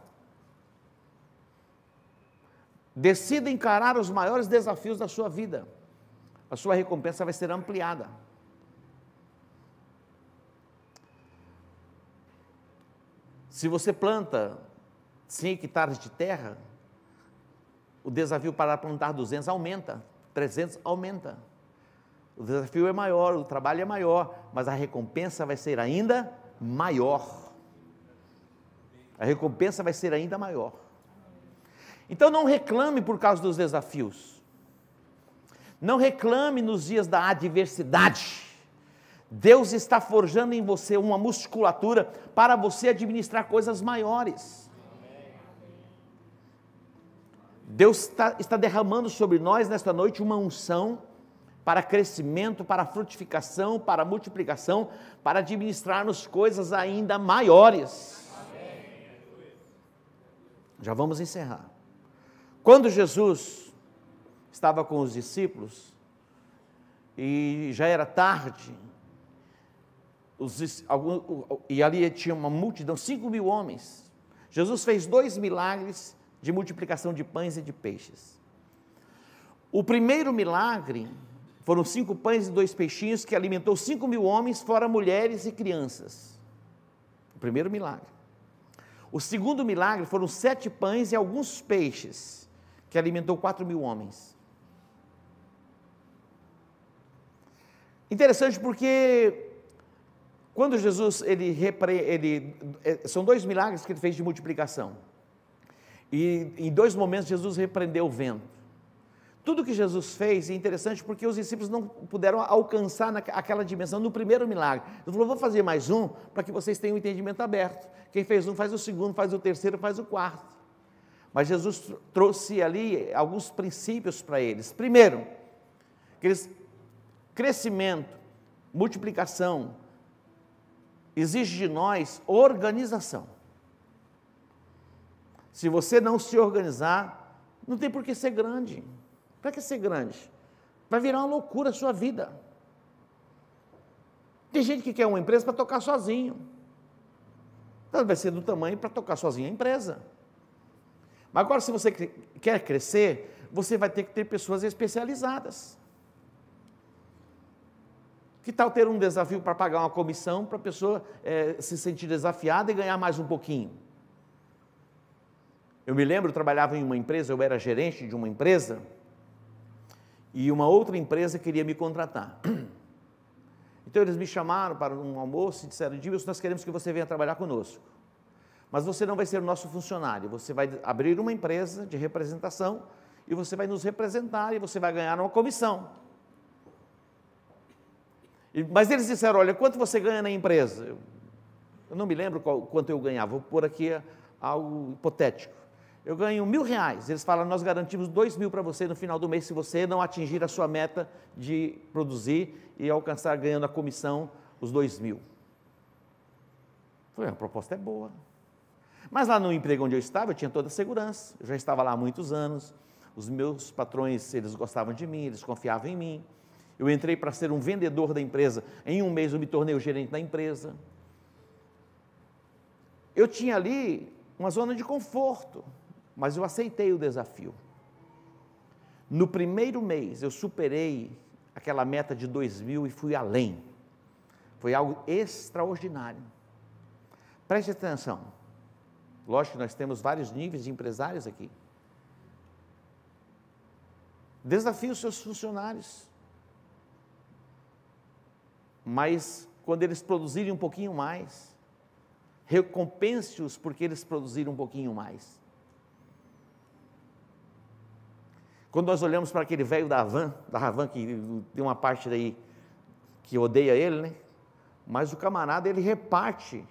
Decida encarar os maiores desafios da sua vida, a sua recompensa vai ser ampliada. Se você planta 100 hectares de terra, o desafio para plantar 200 aumenta, 300 aumenta. O desafio é maior, o trabalho é maior, mas a recompensa vai ser ainda maior. A recompensa vai ser ainda maior. Então não reclame por causa dos desafios. Não reclame nos dias da adversidade. Deus está forjando em você uma musculatura para você administrar coisas maiores. Deus está derramando sobre nós nesta noite uma unção para crescimento, para frutificação, para multiplicação, para administrarmos coisas ainda maiores. Já vamos encerrar. Quando Jesus estava com os discípulos, e já era tarde, e ali tinha uma multidão, 5.000 homens. Jesus fez 2 milagres de multiplicação de pães e de peixes. O primeiro milagre foram 5 pães e 2 peixinhos, que alimentou 5.000 homens, fora mulheres e crianças. O primeiro milagre. O segundo milagre foram 7 pães e alguns peixes, que alimentou 4.000 homens. Interessante porque quando Jesus, são 2 milagres que ele fez de multiplicação, e em 2 momentos Jesus repreendeu o vento. Tudo que Jesus fez é interessante porque os discípulos não puderam alcançar aquela dimensão no primeiro milagre. Ele falou: vou fazer mais um, para que vocês tenham o entendimento aberto. Quem fez um, faz o segundo, faz o terceiro, faz o quarto. Mas Jesus trouxe ali alguns princípios para eles. Primeiro, crescimento, multiplicação, exige de nós organização. Se você não se organizar, não tem por que ser grande. Para que ser grande? Vai virar uma loucura a sua vida. Tem gente que quer uma empresa para tocar sozinho. Então vai ser do tamanho para tocar sozinho a empresa. Mas agora, se você quer crescer, você vai ter que ter pessoas especializadas. Que tal ter um desafio para pagar uma comissão para a pessoa se sentir desafiada e ganhar mais um pouquinho? Eu me lembro, eu trabalhava em uma empresa, eu era gerente de uma empresa, e uma outra empresa queria me contratar. Então eles me chamaram para um almoço e disseram: Edmilson, nós queremos que você venha trabalhar conosco, mas você não vai ser o nosso funcionário, você vai abrir uma empresa de representação, e você vai nos representar, e você vai ganhar uma comissão. Mas eles disseram: olha, quanto você ganha na empresa? Eu não me lembro quanto eu ganhava, vou pôr aqui algo hipotético. Eu ganho R$1.000, eles falam: nós garantimos 2.000 para você no final do mês, se você não atingir a sua meta de produzir e alcançar ganhando a comissão os 2.000. Falei: a proposta é boa. Mas lá no emprego onde eu estava, eu tinha toda a segurança, eu já estava lá há muitos anos, os meus patrões, eles gostavam de mim, eles confiavam em mim. Eu entrei para ser um vendedor da empresa, em um mês eu me tornei o gerente da empresa. Eu tinha ali uma zona de conforto, mas eu aceitei o desafio. No primeiro mês eu superei aquela meta de 2.000 e fui além. Foi algo extraordinário. Preste atenção. Lógico que nós temos vários níveis de empresários aqui. Desafie os seus funcionários. Mas quando eles produzirem um pouquinho mais, recompense-os porque eles produziram um pouquinho mais. Quando nós olhamos para aquele velho da Ravan, que tem uma parte daí que odeia ele, né? Mas o camarada, ele reparte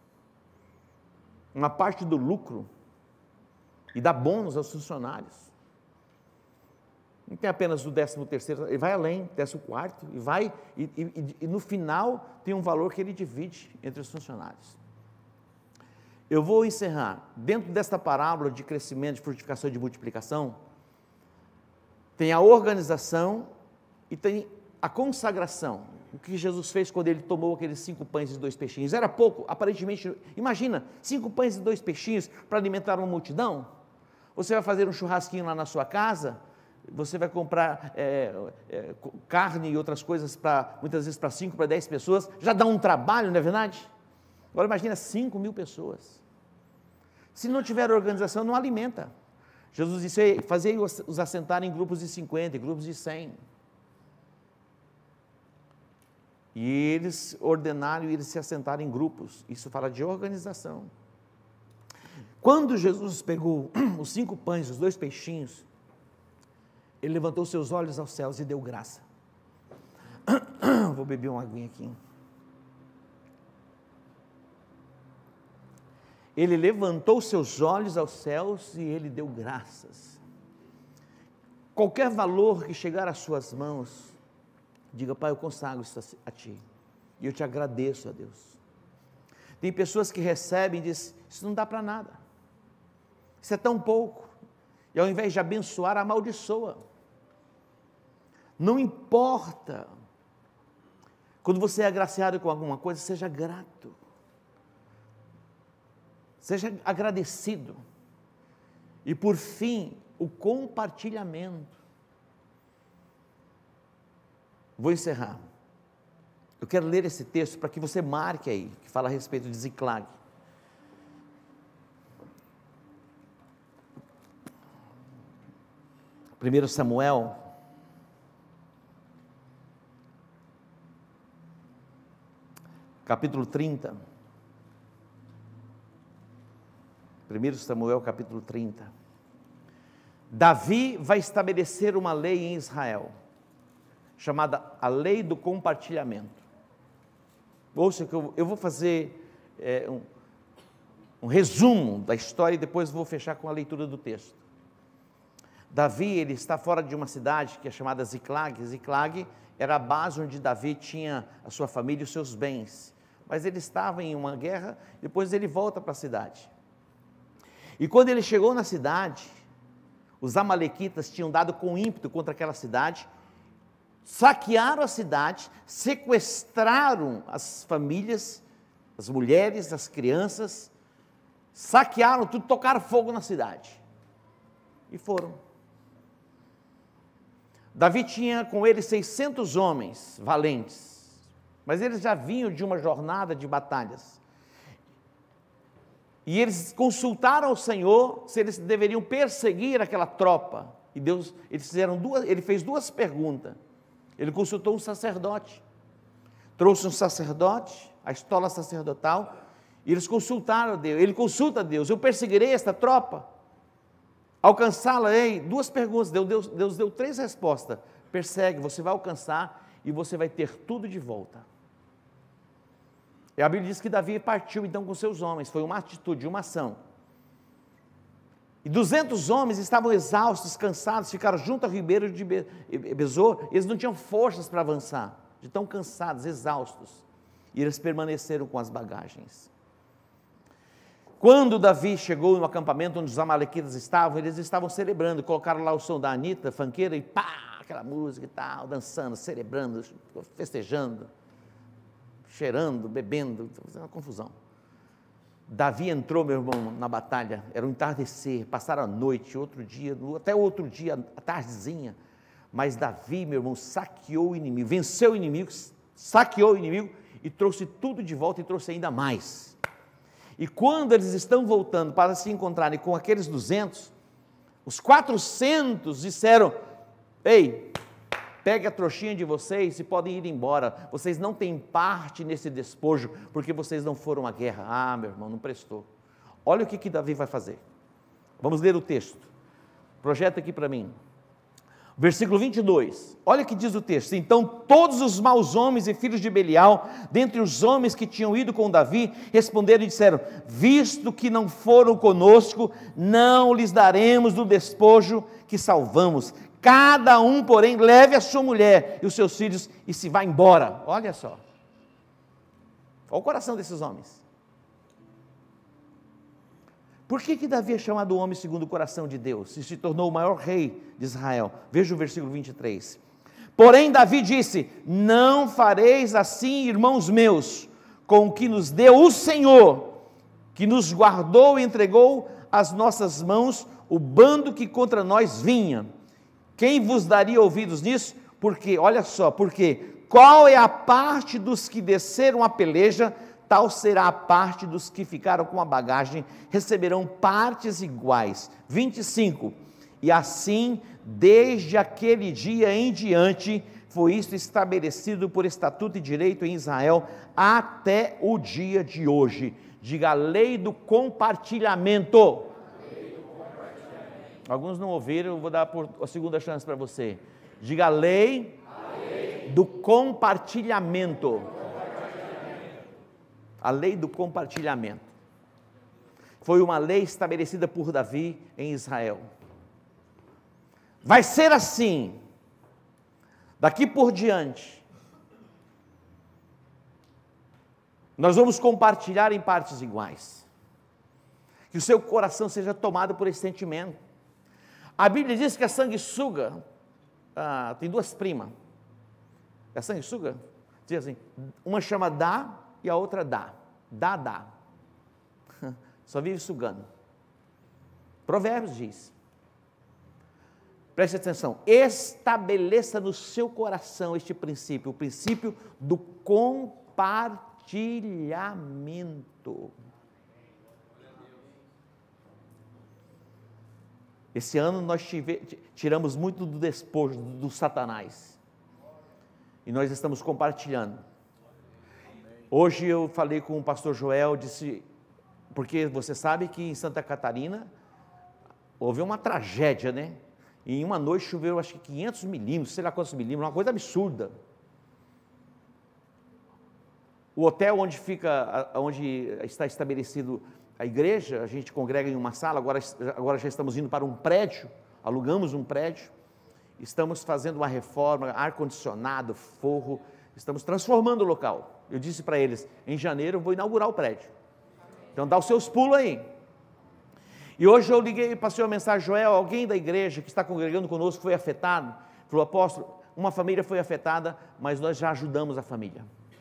uma parte do lucro e dá bônus aos funcionários. Não tem apenas o 13º, ele vai além, 14º, e vai, e no final tem um valor que ele divide entre os funcionários. Eu vou encerrar. Dentro desta parábola de crescimento, de frutificação e de multiplicação, tem a organização e tem a consagração. O que Jesus fez quando ele tomou aqueles 5 pães e 2 peixinhos? Era pouco, aparentemente. Imagina, 5 pães e 2 peixinhos para alimentar uma multidão. Você vai fazer um churrasquinho lá na sua casa, você vai comprar carne e outras coisas, muitas vezes para 5, para 10 pessoas, já dá um trabalho, não é verdade? Agora imagina 5.000 pessoas. Se não tiver organização, não alimenta. Jesus disse: fazei os assentar em grupos de 50, em grupos de 100. E eles ordenaram eles se assentaram em grupos. Isso fala de organização. Quando Jesus pegou os 5 pães, os 2 peixinhos, ele levantou seus olhos aos céus e deu graça. Vou beber uma aguinha aqui. Ele levantou seus olhos aos céus e ele deu graças. Qualquer valor que chegar às suas mãos, diga: Pai, eu consagro isso a Ti. E eu te agradeço, a Deus. Tem pessoas que recebem e dizem: isso não dá para nada. Isso é tão pouco. E ao invés de abençoar, amaldiçoa. Não importa. Quando você é agraciado com alguma coisa, seja grato. Seja agradecido. E por fim, o compartilhamento. Vou encerrar. Eu quero ler esse texto para que você marque aí, que fala a respeito de Ziclag. Primeiro Samuel, capítulo 30. 1 Samuel, capítulo 30. Davi vai estabelecer uma lei em Israel, chamada a lei do compartilhamento. Ouça que eu vou fazer um resumo da história e depois vou fechar com a leitura do texto. Davi, ele está fora de uma cidade que é chamada Ziclag. Ziclag era a base onde Davi tinha a sua família e os seus bens. mas ele estava em uma guerra, depois ele volta para a cidade. E quando ele chegou na cidade, os amalequitas tinham dado com ímpeto contra aquela cidade, saquearam a cidade, sequestraram as famílias, as mulheres, as crianças, saquearam tudo, tocaram fogo na cidade e foram. Davi tinha com ele 600 homens valentes, mas eles já vinham de uma jornada de batalhas. E eles consultaram o Senhor se eles deveriam perseguir aquela tropa. E ele fez duas perguntas. Ele consultou um sacerdote, trouxe um sacerdote, a estola sacerdotal, e eles consultaram a Deus. Ele consulta a Deus: eu perseguirei esta tropa? Alcançá-la? Duas perguntas. Deus deu 3 respostas. Persegue, você vai alcançar e você vai ter tudo de volta. E a Bíblia diz que Davi partiu então com seus homens, foi uma atitude, uma ação. E 200 homens estavam exaustos, cansados, ficaram junto ao ribeiro de Besor, eles não tinham forças para avançar, de tão cansados, exaustos, e eles permaneceram com as bagagens. Quando Davi chegou no acampamento onde os amalequitas estavam, eles estavam celebrando, colocaram lá o som da Anitta, funkeira, e pá, aquela música e tal, dançando, celebrando, festejando, cheirando, bebendo, fazendo uma confusão. Davi entrou, meu irmão, na batalha, era um entardecer, passaram a noite, até outro dia, a tardezinha, mas Davi, meu irmão, saqueou o inimigo, venceu o inimigo, saqueou o inimigo e trouxe tudo de volta e trouxe ainda mais. E quando eles estão voltando para se encontrarem com aqueles 200, os 400 disseram: ei, pegue a trouxinha de vocês e podem ir embora, vocês não têm parte nesse despojo, porque vocês não foram à guerra. Ah, meu irmão, não prestou. Olha o que Davi vai fazer. Vamos ler o texto. Projeta aqui para mim. Versículo 22, olha o que diz o texto: então todos os maus homens e filhos de Belial, dentre os homens que tinham ido com Davi, responderam e disseram: visto que não foram conosco, não lhes daremos do despojo que salvamos, cada um, porém, leve a sua mulher e os seus filhos e se vá embora. Olha só, olha o coração desses homens. Por que Davi é chamado homem segundo o coração de Deus e se tornou o maior rei de Israel? Veja o versículo 23. Porém Davi disse: não fareis assim, irmãos meus, com o que nos deu o Senhor, que nos guardou e entregou às nossas mãos o bando que contra nós vinha. Quem vos daria ouvidos nisso? Porque, olha só, porque qual é a parte dos que desceram a peleja, tal será a parte dos que ficaram com a bagagem, receberão partes iguais. 25, e assim, desde aquele dia em diante, foi isto estabelecido por estatuto e direito em Israel, até o dia de hoje. Diga: a lei do compartilhamento. Alguns não ouviram, eu vou dar a segunda chance para você. Diga: a lei do compartilhamento. A lei do compartilhamento. Foi uma lei estabelecida por Davi em Israel. Vai ser assim, daqui por diante. Nós vamos compartilhar em partes iguais. Que o seu coração seja tomado por esse sentimento. A Bíblia diz que a sanguessuga tem 2 primas. A sanguessuga diz assim: uma chama Dá e a outra dá. Dá. Só vive sugando. Provérbios diz. Preste atenção. Estabeleça no seu coração este princípio, o princípio do compartilhamento. Esse ano nós tiramos muito do despojo do Satanás. E nós estamos compartilhando. Hoje eu falei com o pastor Joel, disse, porque você sabe que em Santa Catarina houve uma tragédia, né? E em uma noite choveu acho que 500 milímetros, sei lá quantos milímetros, uma coisa absurda. O hotel onde está estabelecido a igreja, a gente congrega em uma sala, agora já estamos indo para um prédio, alugamos um prédio, estamos fazendo uma reforma, ar-condicionado, forro, estamos transformando o local. Eu disse para eles, em janeiro eu vou inaugurar o prédio. Então dá os seus pulos aí. E hoje eu liguei, passei uma mensagem, Joel, alguém da igreja que está congregando conosco foi afetado? Falou, apóstolo, uma família foi afetada, mas nós já ajudamos a família.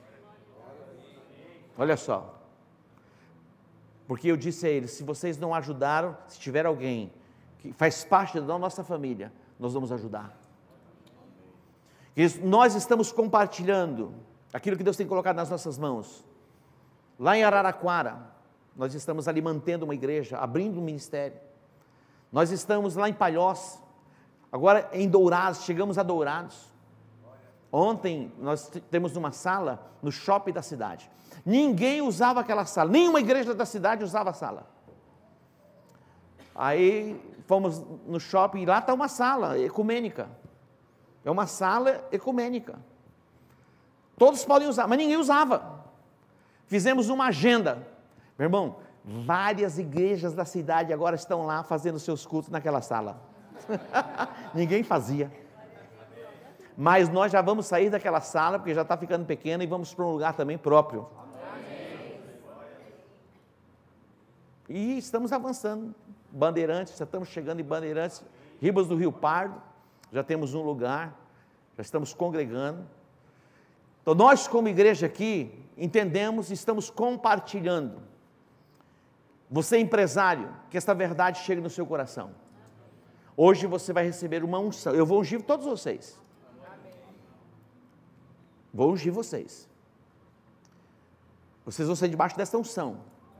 Olha só. Porque eu disse a eles, se vocês não ajudaram, se tiver alguém que faz parte da nossa família, nós vamos ajudar. Nós estamos compartilhando aquilo que Deus tem colocado nas nossas mãos. Lá em Araraquara, nós estamos ali mantendo uma igreja, abrindo um ministério. Nós estamos lá em Palhoça, agora em Dourados, chegamos a Dourados. Ontem nós temos uma sala no shopping da cidade. Ninguém usava aquela sala, nenhuma igreja da cidade usava a sala. Aí fomos no shopping e lá está uma sala ecumênica. É uma sala ecumênica. Todos podem usar, mas ninguém usava. Fizemos uma agenda. Meu irmão, várias igrejas da cidade agora estão lá fazendo seus cultos naquela sala. Ninguém fazia. Mas nós já vamos sair daquela sala, porque já está ficando pequena, e vamos para um lugar também próprio. E estamos avançando. Bandeirantes, já estamos chegando em Bandeirantes, Ribas do Rio Pardo, já temos um lugar, já estamos congregando. Então nós como igreja aqui, entendemos e estamos compartilhando. Você empresário, que esta verdade chegue no seu coração. Hoje você vai receber uma unção, eu vou ungir todos vocês. Vou ungir vocês. Vocês vão ser debaixo dessa unção.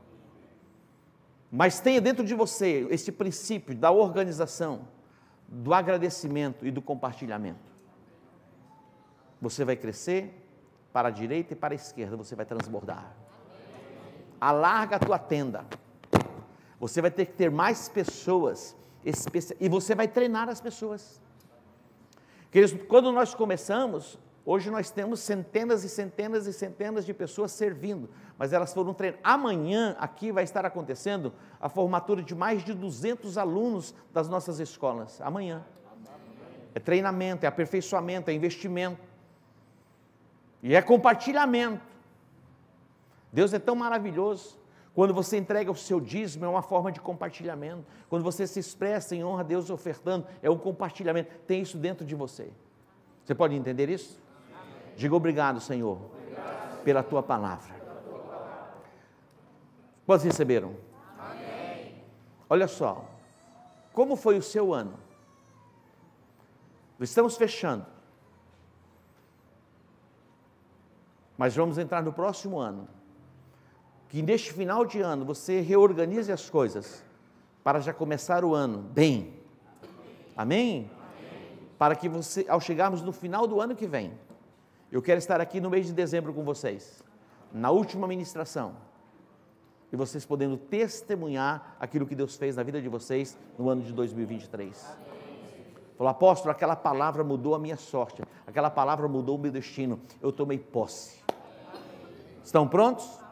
Mas tenha dentro de você esse princípio da organização, do agradecimento e do compartilhamento. Você vai crescer para a direita e para a esquerda, você vai transbordar. Alarga a tua tenda. Você vai ter que ter mais pessoas e você vai treinar as pessoas. Queridos, quando nós começamos, hoje nós temos centenas e centenas e centenas de pessoas servindo, mas elas foram treinadas. Amanhã aqui vai estar acontecendo a formatura de mais de 200 alunos das nossas escolas. Amanhã. É treinamento, é aperfeiçoamento, é investimento. E é compartilhamento. Deus é tão maravilhoso. Quando você entrega o seu dízimo, é uma forma de compartilhamento. Quando você se expressa em honra a Deus ofertando, é um compartilhamento. Tem isso dentro de você. Você pode entender isso? Amém. Diga obrigado, Senhor, pela tua palavra. Quantos receberam? Amém. Olha só, como foi o seu ano? Estamos fechando. Mas vamos entrar no próximo ano. Que neste final de ano você reorganize as coisas para já começar o ano bem. Amém? Amém? Para que você, ao chegarmos no final do ano que vem, eu quero estar aqui no mês de dezembro com vocês, na última ministração, e vocês podendo testemunhar aquilo que Deus fez na vida de vocês no ano de 2023. Falou, apóstolo, aquela palavra mudou a minha sorte, aquela palavra mudou o meu destino, eu tomei posse. Estão prontos?